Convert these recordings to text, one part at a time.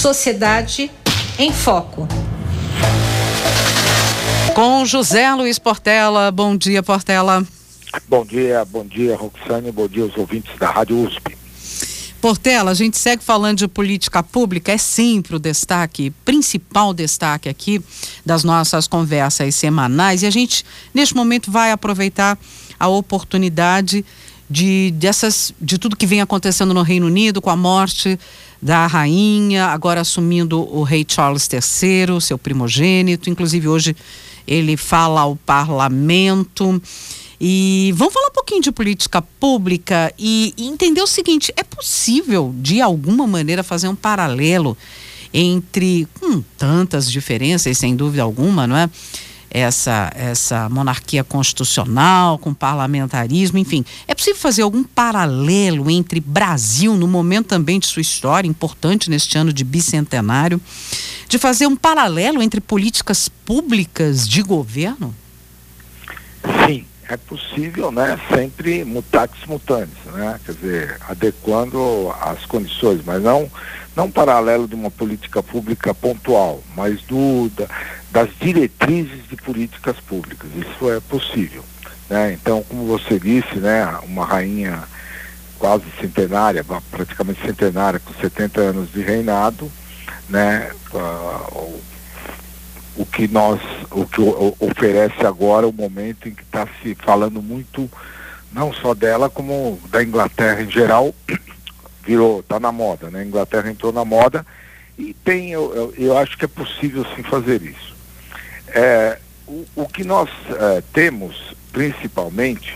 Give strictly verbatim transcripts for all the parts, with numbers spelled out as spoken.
Sociedade em Foco. Com José Luiz Portela. Bom dia, Portela. Bom dia, bom dia, Roxane, bom dia aos ouvintes da Rádio U S P. Portela, a gente segue falando de política pública, é sempre o destaque, principal destaque aqui das nossas conversas semanais, e a gente, neste momento, vai aproveitar a oportunidade de, dessas, de tudo que vem acontecendo no Reino Unido, com a morte da rainha, agora assumindo o rei Charles terceiro, seu primogênito, inclusive hoje ele fala ao parlamento. E vamos falar um pouquinho de política pública e, e entender o seguinte: é possível, de alguma maneira, fazer um paralelo entre, com tantas diferenças, sem dúvida alguma, não é? Essa, essa monarquia constitucional, com parlamentarismo, enfim. É possível fazer algum paralelo entre Brasil, no momento também de sua história, importante neste ano de bicentenário, de fazer um paralelo entre políticas públicas de governo? Sim. É possível, né? Sempre mutatis mutandis, né? Quer dizer, adequando as condições, mas não, não paralelo de uma política pública pontual, mas do, da, das diretrizes de políticas públicas. Isso é possível, né? Então, como você disse, né? Uma rainha quase centenária, praticamente centenária, com setenta anos de reinado, né? Uh, o que nós, o que oferece agora o momento em que está se falando muito, não só dela, como da Inglaterra em geral, virou, está na moda, né? A Inglaterra entrou na moda e tem, eu, eu, eu acho que é possível sim fazer isso. É, o, o que nós é, temos, principalmente,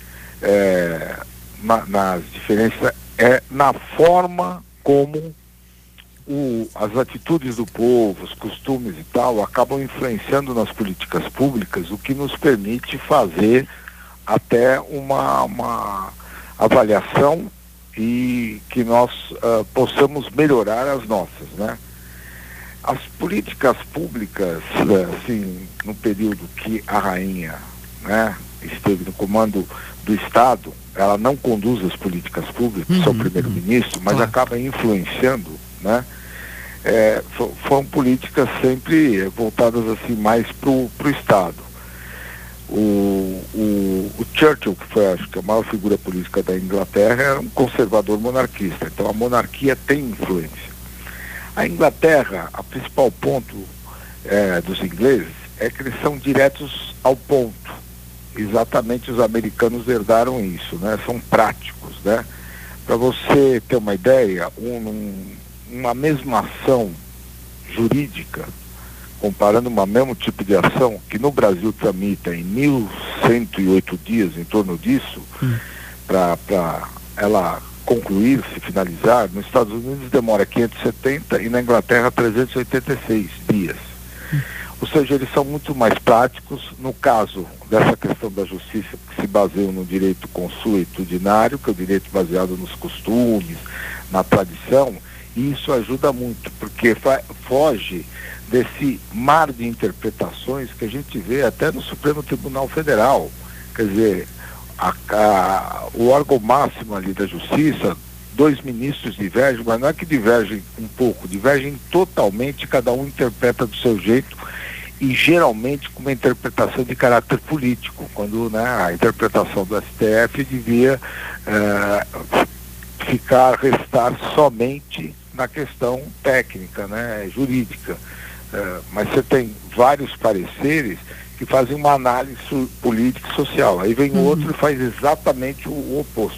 é, na, nas diferenças, é na forma como O, as atitudes do povo, os costumes e tal, acabam influenciando nas políticas públicas, o que nos permite fazer até uma, uma avaliação e que nós uh, possamos melhorar as nossas, né? As políticas públicas, assim, no período que a rainha, né, esteve no comando do Estado, ela não conduz as políticas públicas, uhum, é o primeiro-ministro, mas claro, acaba influenciando, né? É, foram políticas sempre voltadas assim mais para o Estado. O, o, o Churchill, que foi, acho que a maior figura política da Inglaterra, era um conservador monarquista, então a monarquia tem influência. A Inglaterra, a principal ponto é, dos ingleses é que eles são diretos ao ponto. Exatamente, os americanos herdaram isso, né? São práticos, né? Para você ter uma ideia, um, um uma mesma ação jurídica, comparando uma mesmo tipo de ação, que no Brasil tramita em mil cento e oito dias, em torno disso, hum. para ela concluir, se finalizar, nos Estados Unidos demora quinhentos e setenta e na Inglaterra trezentos e oitenta e seis dias. Hum. Ou seja, eles são muito mais práticos. No caso dessa questão da justiça, que se baseia no direito consuetudinário, que é o direito baseado nos costumes, na tradição. E isso ajuda muito, porque foge desse mar de interpretações que a gente vê até no Supremo Tribunal Federal. Quer dizer, a, a, o órgão máximo ali da Justiça, dois ministros divergem, mas não é que divergem um pouco, divergem totalmente, cada um interpreta do seu jeito e geralmente com uma interpretação de caráter político, quando, né, a interpretação do S T F devia eh, ficar, restar somente na questão técnica, né, jurídica. Uh, mas você tem vários pareceres que fazem uma análise política e social. Aí vem o uhum. outro e faz exatamente o, o oposto.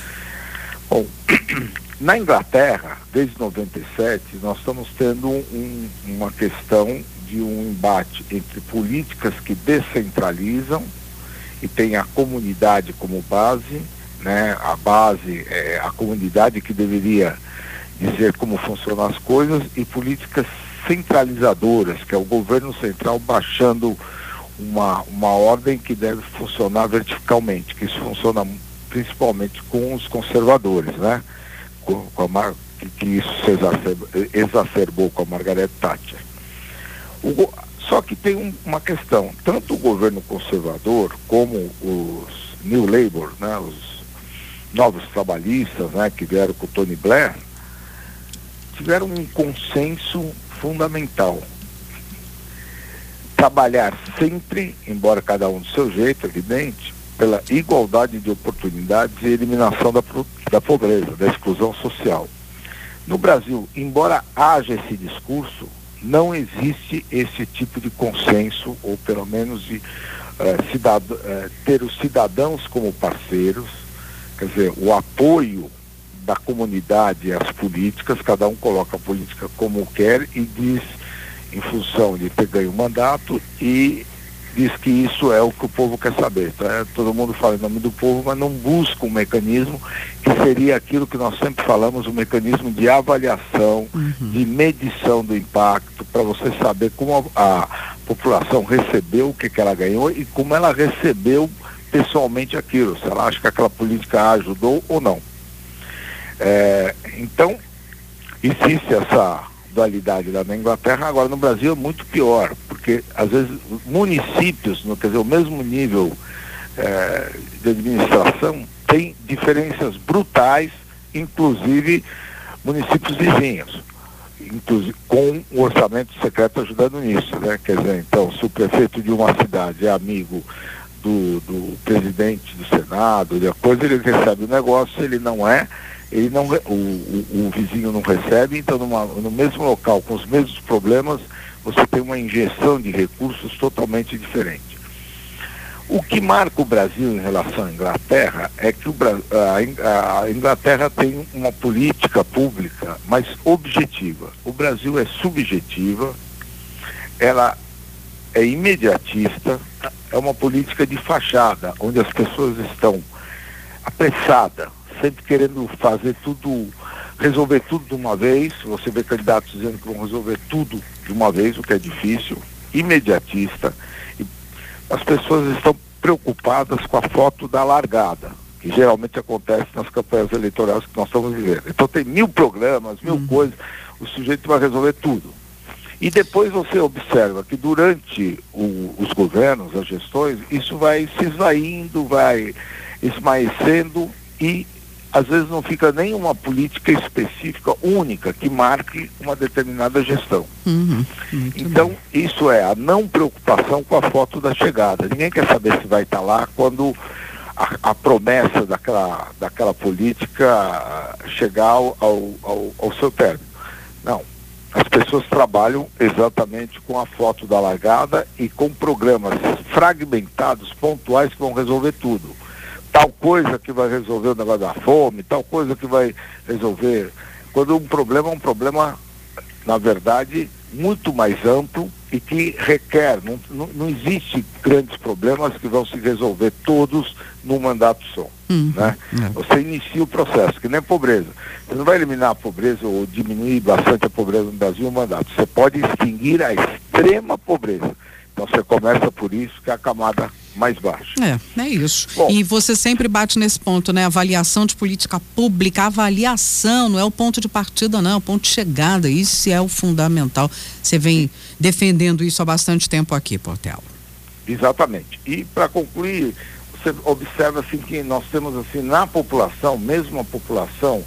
Bom, na Inglaterra, desde noventa e sete, nós estamos tendo um, uma questão de um embate entre políticas que descentralizam e tem a comunidade como base, né, a base é a comunidade que deveria dizer como funcionam as coisas, e políticas centralizadoras, que é o governo central baixando uma, uma ordem que deve funcionar verticalmente, que isso funciona principalmente com os conservadores, né? Com, com a Mar, que, que isso se exacerbou, exacerbou com a Margaret Thatcher. O, só que tem um, uma questão, tanto o governo conservador como os New Labour, né, os novos trabalhistas, né, que vieram com o Tony Blair, tiveram um consenso fundamental. Trabalhar sempre, embora cada um do seu jeito, evidente, pela igualdade de oportunidades e eliminação da, da pobreza, da exclusão social. No Brasil, embora haja esse discurso, não existe esse tipo de consenso, ou pelo menos de uh, cidad uh, ter os cidadãos como parceiros, quer dizer, o apoio da comunidade às políticas, cada um coloca a política como quer e diz, em função de ter ganho o mandato, e diz que isso é o que o povo quer saber. Então, é, todo mundo fala em nome do povo, mas não busca um mecanismo que seria aquilo que nós sempre falamos, um mecanismo de avaliação, uhum. de medição do impacto, para você saber como a, a população recebeu o que, que ela ganhou e como ela recebeu pessoalmente aquilo, se ela acha que aquela política a ajudou ou não. É, então, existe essa dualidade lá na Inglaterra. Agora no Brasil é muito pior, porque às vezes municípios, no, quer dizer, o mesmo nível é, de administração tem diferenças brutais, inclusive municípios vizinhos, inclusive com o orçamento secreto ajudando nisso, né? Quer dizer, então, se o prefeito de uma cidade é amigo do, do presidente do Senado, depois ele recebe o negócio, ele não é, ele não, o, o, o vizinho não recebe, então numa, no mesmo local, com os mesmos problemas, você tem uma injeção de recursos totalmente diferente. O que marca o Brasil em relação à Inglaterra é que o, a, a Inglaterra tem uma política pública mais objetiva. O Brasil é subjetiva, ela é imediatista, é uma política de fachada, onde as pessoas estão apressadas, sempre querendo fazer tudo, resolver tudo de uma vez. Você vê candidatos dizendo que vão resolver tudo de uma vez, o que é difícil, imediatista. E as pessoas estão preocupadas com a foto da largada, que geralmente acontece nas campanhas eleitorais que nós estamos vivendo. Então tem mil programas, mil uhum. coisas, o sujeito vai resolver tudo. E depois você observa que durante o, os governos, as gestões, isso vai se esvaindo, vai esmaecendo e às vezes não fica nem uma política específica, única, que marque uma determinada gestão. Uhum, então, bem. Isso é a não preocupação com a foto da chegada. Ninguém quer saber se vai estar lá quando a, a promessa daquela, daquela política chegar ao, ao, ao seu término. Não. As pessoas trabalham exatamente com a foto da largada e com programas fragmentados, pontuais, que vão resolver tudo. Tal coisa que vai resolver o negócio da fome, tal coisa que vai resolver... Quando um problema é um problema, na verdade, muito mais amplo e que requer... Não, não, não existe grandes problemas que vão se resolver todos num mandato só. Uhum, né? É. Você inicia o processo, que nem a pobreza. Você não vai eliminar a pobreza ou diminuir bastante a pobreza no Brasil um mandato. Você pode extinguir a extrema pobreza. Então você começa por isso, que é a camada mais baixa. É, é isso. Bom, e você sempre bate nesse ponto, né? Avaliação de política pública, avaliação não é o ponto de partida, não, é o ponto de chegada. Isso é o fundamental. Você vem defendendo isso há bastante tempo aqui, Portela. Exatamente. E para concluir, você observa assim que nós temos assim na população, mesmo a população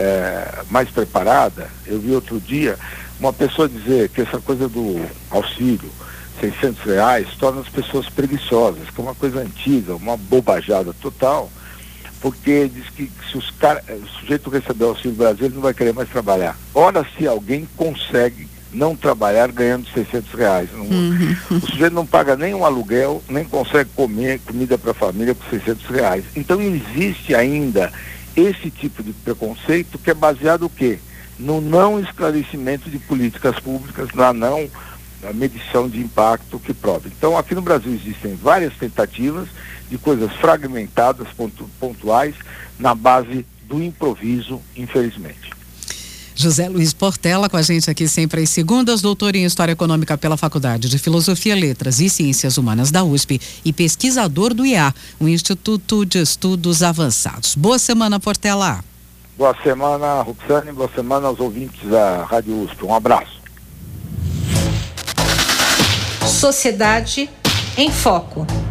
é, mais preparada. Eu vi outro dia uma pessoa dizer que essa coisa do auxílio seiscentos reais torna as pessoas preguiçosas, que é uma coisa antiga, uma bobajada total, porque diz que se os cara, o sujeito receber o Auxílio Brasil, ele não vai querer mais trabalhar. Ora, se alguém consegue não trabalhar ganhando seiscentos reais. Não, uhum. O sujeito não paga nem um aluguel, nem consegue comer comida para a família por seiscentos reais. Então existe ainda esse tipo de preconceito que é baseado o quê? No não esclarecimento de políticas públicas, na não a medição de impacto que prova. Então, aqui no Brasil existem várias tentativas de coisas fragmentadas, pontu, pontuais, na base do improviso, infelizmente. José Luiz Portela com a gente aqui sempre às segundas, doutor em História Econômica pela Faculdade de Filosofia, Letras e Ciências Humanas da U S P e pesquisador do I A, o Instituto de Estudos Avançados. Boa semana, Portela. Boa semana, Roxane, boa semana aos ouvintes da Rádio U S P. Um abraço. Sociedade em Foco.